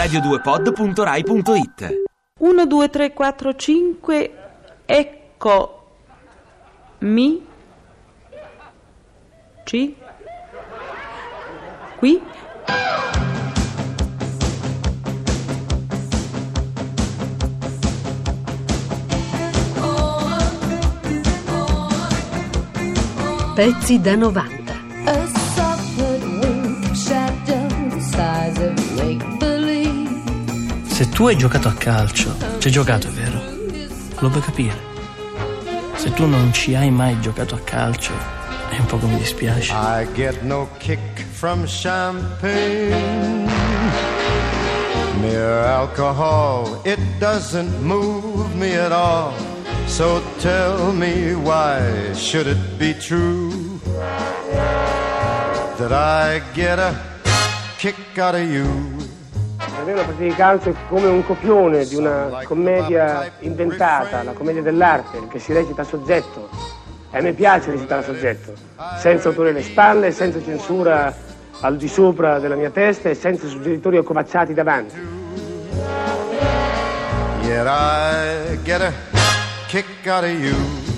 radio2pod.rai.it. 1, 2, 3, 4, 5. Ecco mi ci qui. Pezzi da 90. Se tu hai giocato a calcio, ci hai giocato, è vero? Lo puoi capire. Se tu non ci hai mai giocato a calcio, è un po' che mi dispiace. I get no kick from champagne. Mere alcohol, it doesn't move me at all. So tell me, why should it be true that I get a kick out of you? Per me una partita di calcio è come un copione di una commedia inventata, la commedia dell'arte, che si recita a soggetto. E a me piace recitare a soggetto, senza autore alle spalle, senza censura al di sopra della mia testa e senza suggeritori accovacciati davanti. Yet I get a kick out of you.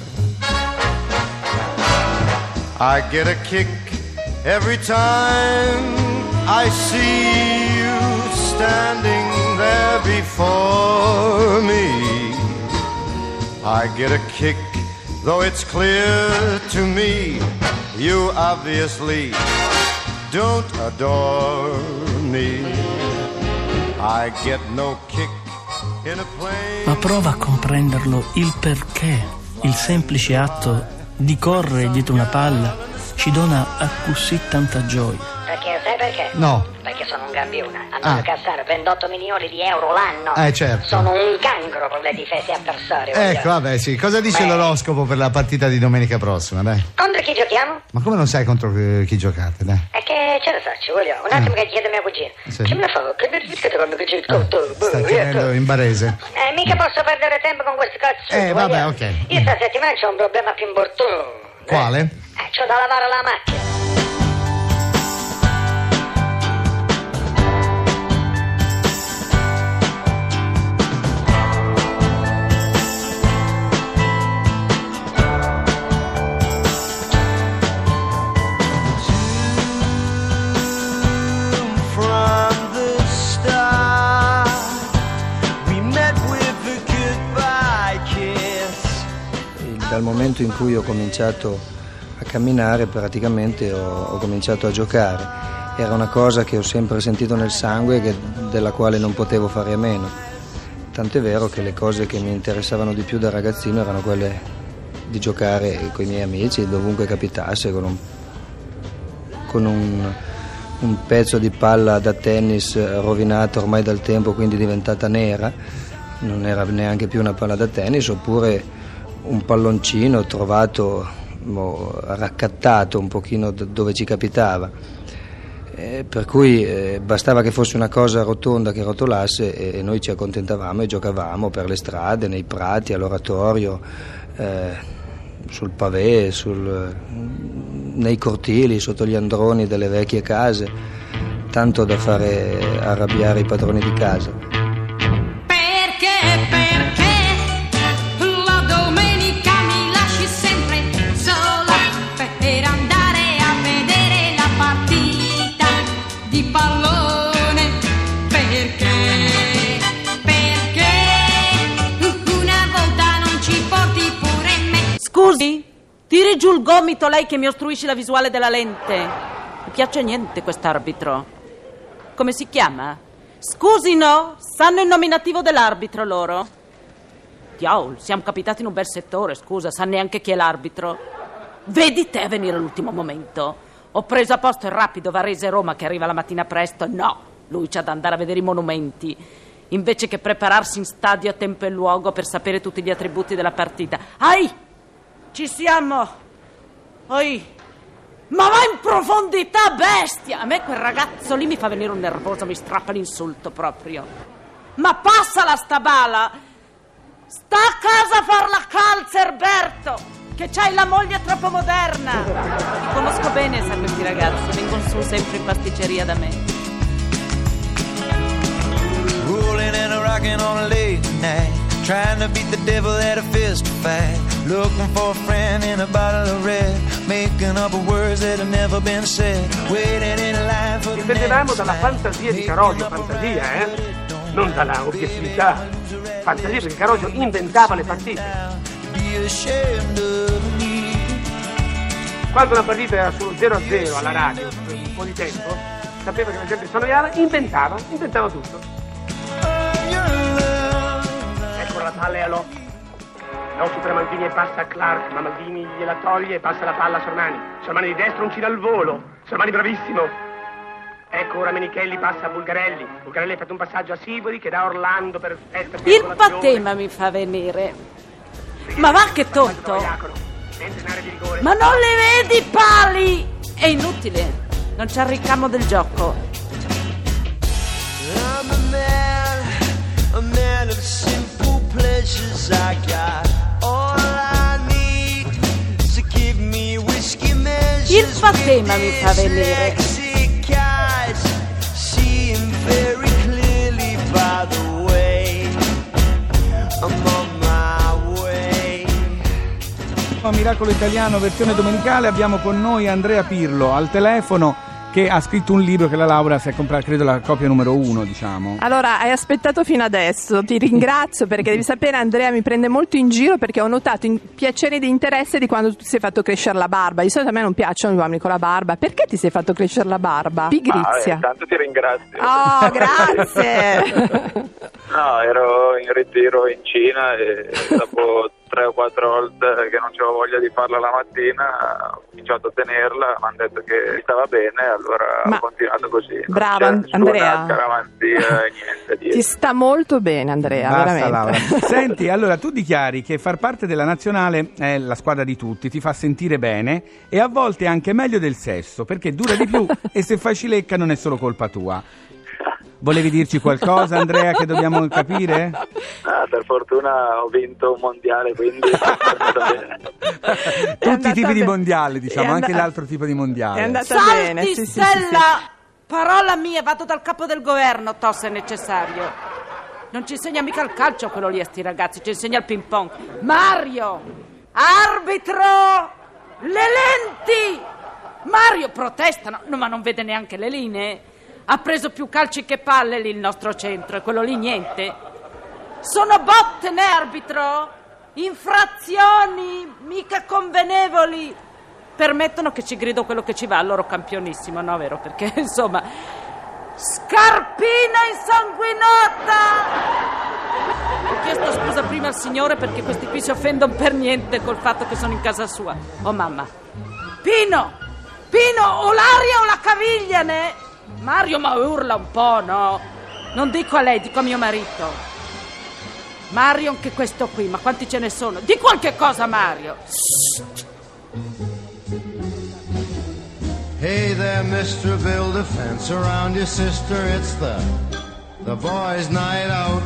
I get a kick every time I see you standing there before me. I get a kick, though it's clear to me you obviously don't adore me. I get no kick in a plane. Ma prova a comprenderlo, il perché il semplice atto di correre dietro una palla ci dona a così tanta gioia. Perché sai perché? No. Perché sono un gambiola. Andavo a cassare 28 milioni di euro l'anno. Certo. Sono un cancro per le difese avversarie. Ecco, vabbè, sì. Cosa dice l'oroscopo per la partita di domenica prossima, dai? Contro chi giochiamo? Ma come non sai contro chi giocate, dai? È che ce la faccio, voglio. Un attimo che chiedo a mia cugina. Sì. Che me ne fa? Che mi dice quando che c'è il conto? Sta chiedendo in barese. Mica posso perdere tempo con questi cazzo. Vabbè, ok. Io sta settimana c'ho un problema più importante. Quale? C'ho da lavare la macchina. Dal momento in cui ho cominciato a camminare praticamente ho cominciato a giocare. Era una cosa che ho sempre sentito nel sangue e della quale non potevo fare a meno. Tant'è vero che le cose che mi interessavano di più da ragazzino erano quelle di giocare con i miei amici dovunque capitasse, con un pezzo di palla da tennis rovinata ormai dal tempo, quindi diventata nera, non era neanche più una palla da tennis, oppure un palloncino trovato, raccattato un pochino dove ci capitava, per cui bastava che fosse una cosa rotonda che rotolasse e noi ci accontentavamo e giocavamo per le strade, nei prati, all'oratorio, sul pavé, nei cortili, sotto gli androni delle vecchie case, tanto da fare arrabbiare i padroni di casa. Scusi, tiri giù il gomito, lei che mi ostruisce la visuale della lente. Mi piace niente quest'arbitro. Come si chiama? Scusi, no? Sanno il nominativo dell'arbitro loro? Diavolo, siamo capitati in un bel settore, scusa, sa neanche chi è l'arbitro. Vedi te a venire all'ultimo momento. Ho preso a posto il rapido Varese-Roma che arriva la mattina presto. No, lui c'ha da andare a vedere i monumenti, invece che prepararsi in stadio a tempo e luogo per sapere tutti gli attributi della partita. Ai! Ci siamo! Oi! Ma va in profondità, bestia! A me quel ragazzo lì mi fa venire un nervoso, mi strappa l'insulto proprio. Ma passala sta bala! Sta a casa a far la calza, Erberto! Che c'hai la moglie troppo moderna! Ti conosco bene, sa, questi ragazzi, vengono su sempre in pasticceria da me. working on a late night, trying to beat the devil at a fist fight, looking for a friend in a bottle of red, making up words that have never been said, waiting in line for the Dipendevamo dalla fantasia di Carosio, fantasia, non dalla obiettività. Fantasia, perché Carosio inventava le partite. Quando una partita era sullo 0-0 alla radio per un po' di tempo, sapeva che la gente si annoiava, inventava tutto. Ecco la palla e allo. No, supera Maldini e passa a Clark, ma Maldini gliela toglie e passa la palla a Sormani. Sormani di destra un tiro al volo. Sormani bravissimo. Ecco, ora Menichelli passa a Bulgarelli. Bulgarelli ha fatto un passaggio a Sivori che dà Orlando per il patema mi fa venire. Ma va che tonto! Ma non le vedi i pali? È inutile, non c'è il ricamo del gioco. A man of simple pleasures, I got all I need to give me whiskey measures. Il patema mi fa venire. Seeing very clearly by the way I'm on my way. A Miracolo Italiano versione domenicale abbiamo con noi Andrea Pirlo al telefono, che ha scritto un libro che la Laura si è comprata, credo la copia numero 1, diciamo. Allora, hai aspettato fino adesso, ti ringrazio perché devi sapere, Andrea mi prende molto in giro perché ho notato piacere di interesse di quando tu ti sei fatto crescere la barba. Di solito a me non piacciono gli uomini con la barba. Perché ti sei fatto crescere la barba? Pigrizia. Intanto ti ringrazio. Oh, grazie. No, ero in ritiro in Cina e dopo 3 o 4 volte che non c'avevo voglia di farla la mattina ho cominciato a tenerla, mi hanno detto che stava bene, allora ho continuato così. Brava Andrea, caramanzia e niente. Ti sta molto bene Andrea. Basta, veramente. Laura. Senti, allora tu dichiari che far parte della nazionale è la squadra di tutti, ti fa sentire bene e a volte anche meglio del sesso, perché dura di più e se fai cilecca non è solo colpa tua. Volevi dirci qualcosa, Andrea, che dobbiamo capire? Per fortuna ho vinto un mondiale, quindi tutti i tipi di mondiale, diciamo, anche l'altro tipo di mondiale. È andata bene. Salti, Stella! Parola mia, vado dal capo del governo, se è necessario. Non ci insegna mica il calcio quello lì a sti ragazzi, ci insegna il ping pong. Mario! Arbitro! Le lenti! Mario protesta, no, ma non vede neanche le linee. Ha preso più calci che palle lì il nostro centro e quello lì niente. Sono botte, né, arbitro? Infrazioni, mica convenevoli. Permettono che ci grido quello che ci va, loro campionissimo, no, vero? Perché, insomma, scarpina insanguinata! Ho chiesto scusa prima al signore perché questi qui si offendono per niente col fatto che sono in casa sua. Oh, mamma. Pino, o l'aria o la caviglia, ne? Mario, ma urla un po', no? Non dico a lei, dico a mio marito. Mario, anche questo qui, ma quanti ce ne sono? Di qualche cosa, Mario. Hey there, mister, build a fence around your sister. It's the boys' night out.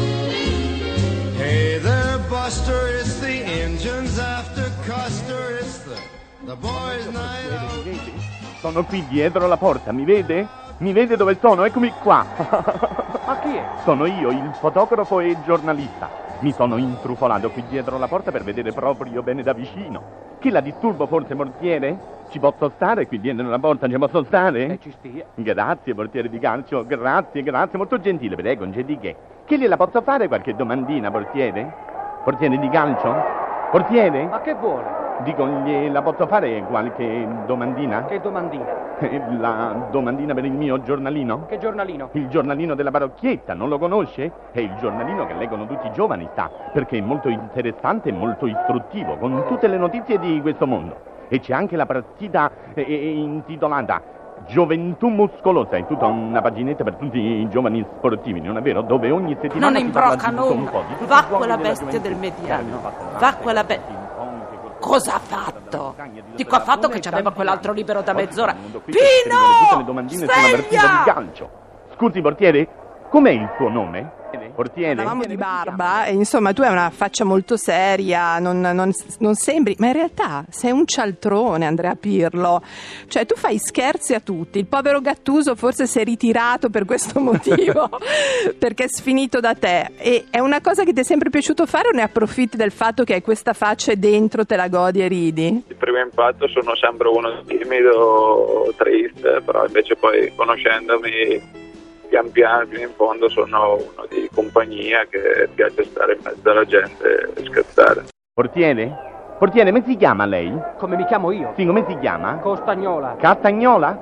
Hey there, Buster, it's the engines after Custer. It's the boys' night out. Sono qui dietro la porta, mi vede? Mi vede dove sono? Eccomi qua. Ma chi è? Sono io, il fotografo e giornalista. Mi sono intrufolato qui dietro la porta per vedere proprio bene da vicino. Che la disturbo forse, portiere? Ci posso stare qui dietro la porta? Ci posso stare? Ci stia. Grazie, portiere di calcio. Grazie, molto gentile, prego, non c'è di che. Che gliela posso fare qualche domandina, portiere? Portiere di calcio? Portiere? Ma che vuole? Dico, gliela posso fare qualche domandina? Che domandina? La domandina per il mio giornalino? Che giornalino? Il giornalino della parrocchietta, non lo conosce? È il giornalino che leggono tutti i giovani, sa, perché è molto interessante e molto istruttivo, con tutte le notizie di questo mondo. E c'è anche la partita intitolata Gioventù Muscolosa, è tutta una paginetta per tutti i giovani sportivi, non è vero? Dove ogni settimana non si parla di imbroccano un po' di tutti va i quella della bestia gioventù. del mediano. Va quella bestia. Cosa ha fatto? Dico, ha fatto che c'aveva quell'altro libero da mezz'ora. Pino! Tutte le domandine sulla partita di calcio. Scusi, portiere, com'è il suo nome? Portiere? Parlavamo di barba e insomma tu hai una faccia molto seria, non sembri, ma in realtà sei un cialtrone, Andrea Pirlo. Cioè tu fai scherzi a tutti. Il povero Gattuso forse si è ritirato per questo motivo, perché è sfinito da te. E è una cosa che ti è sempre piaciuto fare o ne approfitti del fatto che hai questa faccia e dentro te la godi e ridi? Il primo impatto sono sempre uno timido, triste, però invece poi conoscendomi pian piano fino in fondo sono uno di compagnia che piace stare in mezzo alla gente e scherzare. Portiere? Portiere, come si chiama lei? Come mi chiamo io? Sì, come si chiama? Costagnola. Castagnola?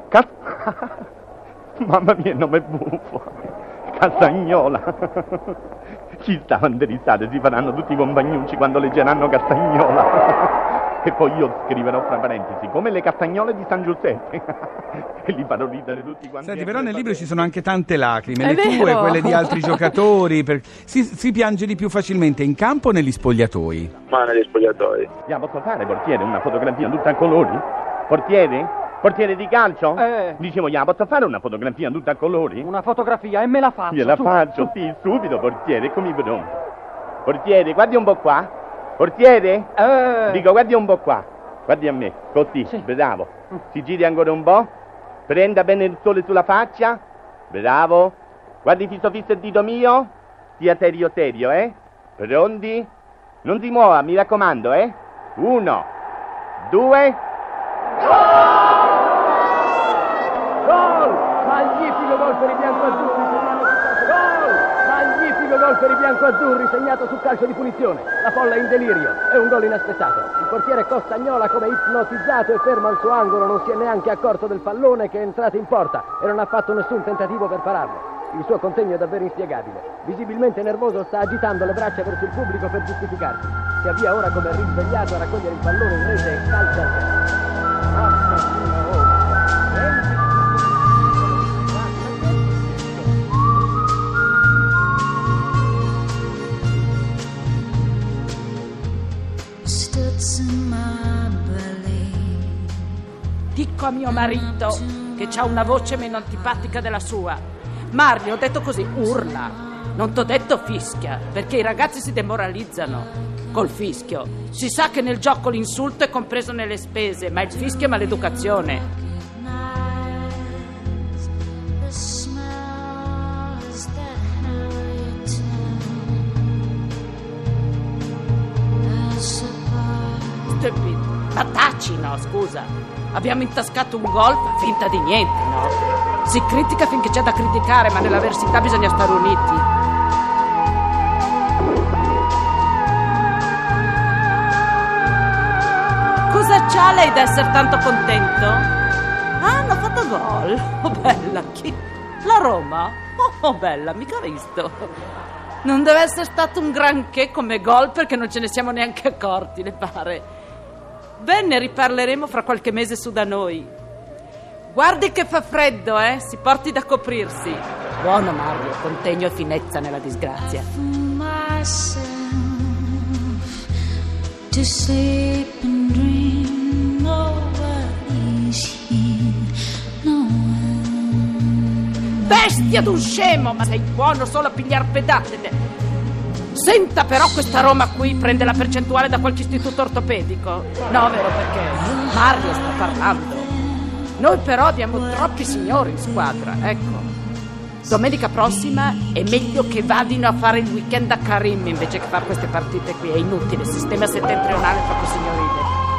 Mamma mia, il nome è buffo. Castagnola. Ci stavano di risate, si faranno tutti i compagnucci quando leggeranno Castagnola. E poi io scriverò fra parentesi come le castagnole di San Giuseppe e li farò ridere tutti quanti. Senti, però nel libro ci sono anche tante lacrime, È le tue, vero. quelle di altri giocatori. Si piange di più facilmente in campo o negli spogliatoi? Ma negli spogliatoi. Posso fare, portiere, una fotografia tutta a colori? Portiere? Portiere di calcio? Dicevo, posso fare una fotografia tutta a colori? Una fotografia e me la faccio. Gliela faccio, sì, subito, portiere, eccomi pronto. Portiere, guardi un po' qua. Portiere? Dico, guardi un po' qua. Guardi a me, così, sì. Bravo. Si giri ancora un po'. Prenda bene il sole sulla faccia. Bravo. Guardi fisso fisso il dito mio. Stia serio serio, Pronti? Non si muova, mi raccomando, 1, 2. Gol! Magnifico gol per i biancoazzurri. Magnifico gol per i biancoazzurri segnato sul calcio di punizione. La folla è in delirio, è un gol inaspettato. Il portiere Costagnola, come ipnotizzato e fermo al suo angolo, non si è neanche accorto del pallone che è entrato in porta e non ha fatto nessun tentativo per pararlo. Il suo contegno è davvero inspiegabile. Visibilmente nervoso sta agitando le braccia verso il pubblico per giustificarsi. Si avvia ora come risvegliato a raccogliere il pallone in rete e calcia a terra. Mamma mia, Dico a mio marito che c'ha una voce meno antipatica della sua. Mario, ho detto così, urla. Non t'ho detto fischia, perché i ragazzi si demoralizzano. Col fischio. Si sa che nel gioco l'insulto è compreso nelle spese, ma il fischio è maleducazione. Ma taci, no, scusa. Abbiamo intascato un gol, fa finta di niente, no? Si critica finché c'è da criticare, ma nell'avversità bisogna stare uniti. Cosa c'ha lei da essere tanto contento? Ah, hanno fatto gol. Oh, bella, chi? La Roma? Oh, bella, mica visto. Non deve essere stato un granché come gol perché non ce ne siamo neanche accorti, le pare. Beh, ne riparleremo fra qualche mese su da noi. Guardi che fa freddo, si porti da coprirsi. Buono Mario, contegno e finezza nella disgrazia. Bestia d'un scemo, ma sei buono solo a pigliar pedate te. Senta però, questa Roma qui prende la percentuale da qualche istituto ortopedico. No, vero, perché Mario sta parlando. Noi però abbiamo troppi signori in squadra, ecco. Domenica prossima è meglio che vadino a fare il weekend a Karim invece che fare queste partite qui. È inutile, il sistema settentrionale è troppo signorile.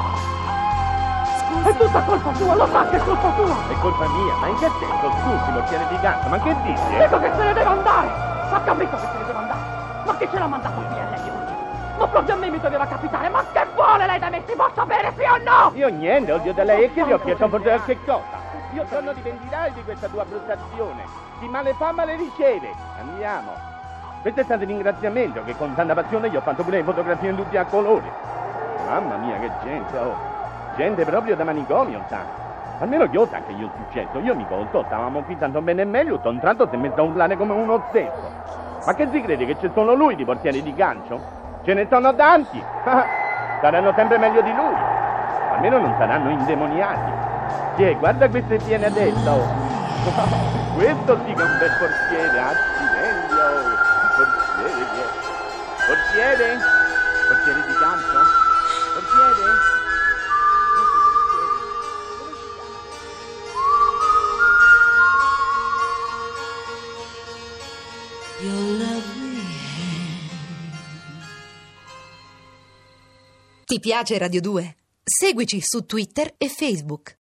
È tutta colpa tua, lo sa che è colpa tua. È colpa mia, ma in che senso? Scusi, portiere di calcio, ma che dici? Dico che se ne deve andare. Ha capito che se ne deve andare. Ma chi ce l'ha mandato via lei oggi? Ma proprio a me mi doveva capitare. Ma che vuole lei da me? Si può sapere sì o no? Io niente, oddio da lei, e che gli ho chiesto per che cosa? Io sono di venditare di questa tua frustrazione. Chi male fa male riceve. Andiamo. Questo è stato il ringraziamento che con tanta passione io ho fatto pure le fotografie in tutti a colori. Mamma mia che gente, gente proprio da manicomio, sa. Almeno io sa che io è successo. Io mi conto, stavamo qui tanto bene e meglio, un tratto si è messo a urlare come uno stesso. Ma che si crede che c'è solo lui di portieri di calcio? Ce ne sono tanti. Saranno sempre meglio di lui. Almeno non saranno indemoniati. Guarda queste piene adesso. Questo sì che è un bel portiere, accidenti. Portiere? Portiere di calcio? Portiere? Ti piace Radio 2? Seguici su Twitter e Facebook.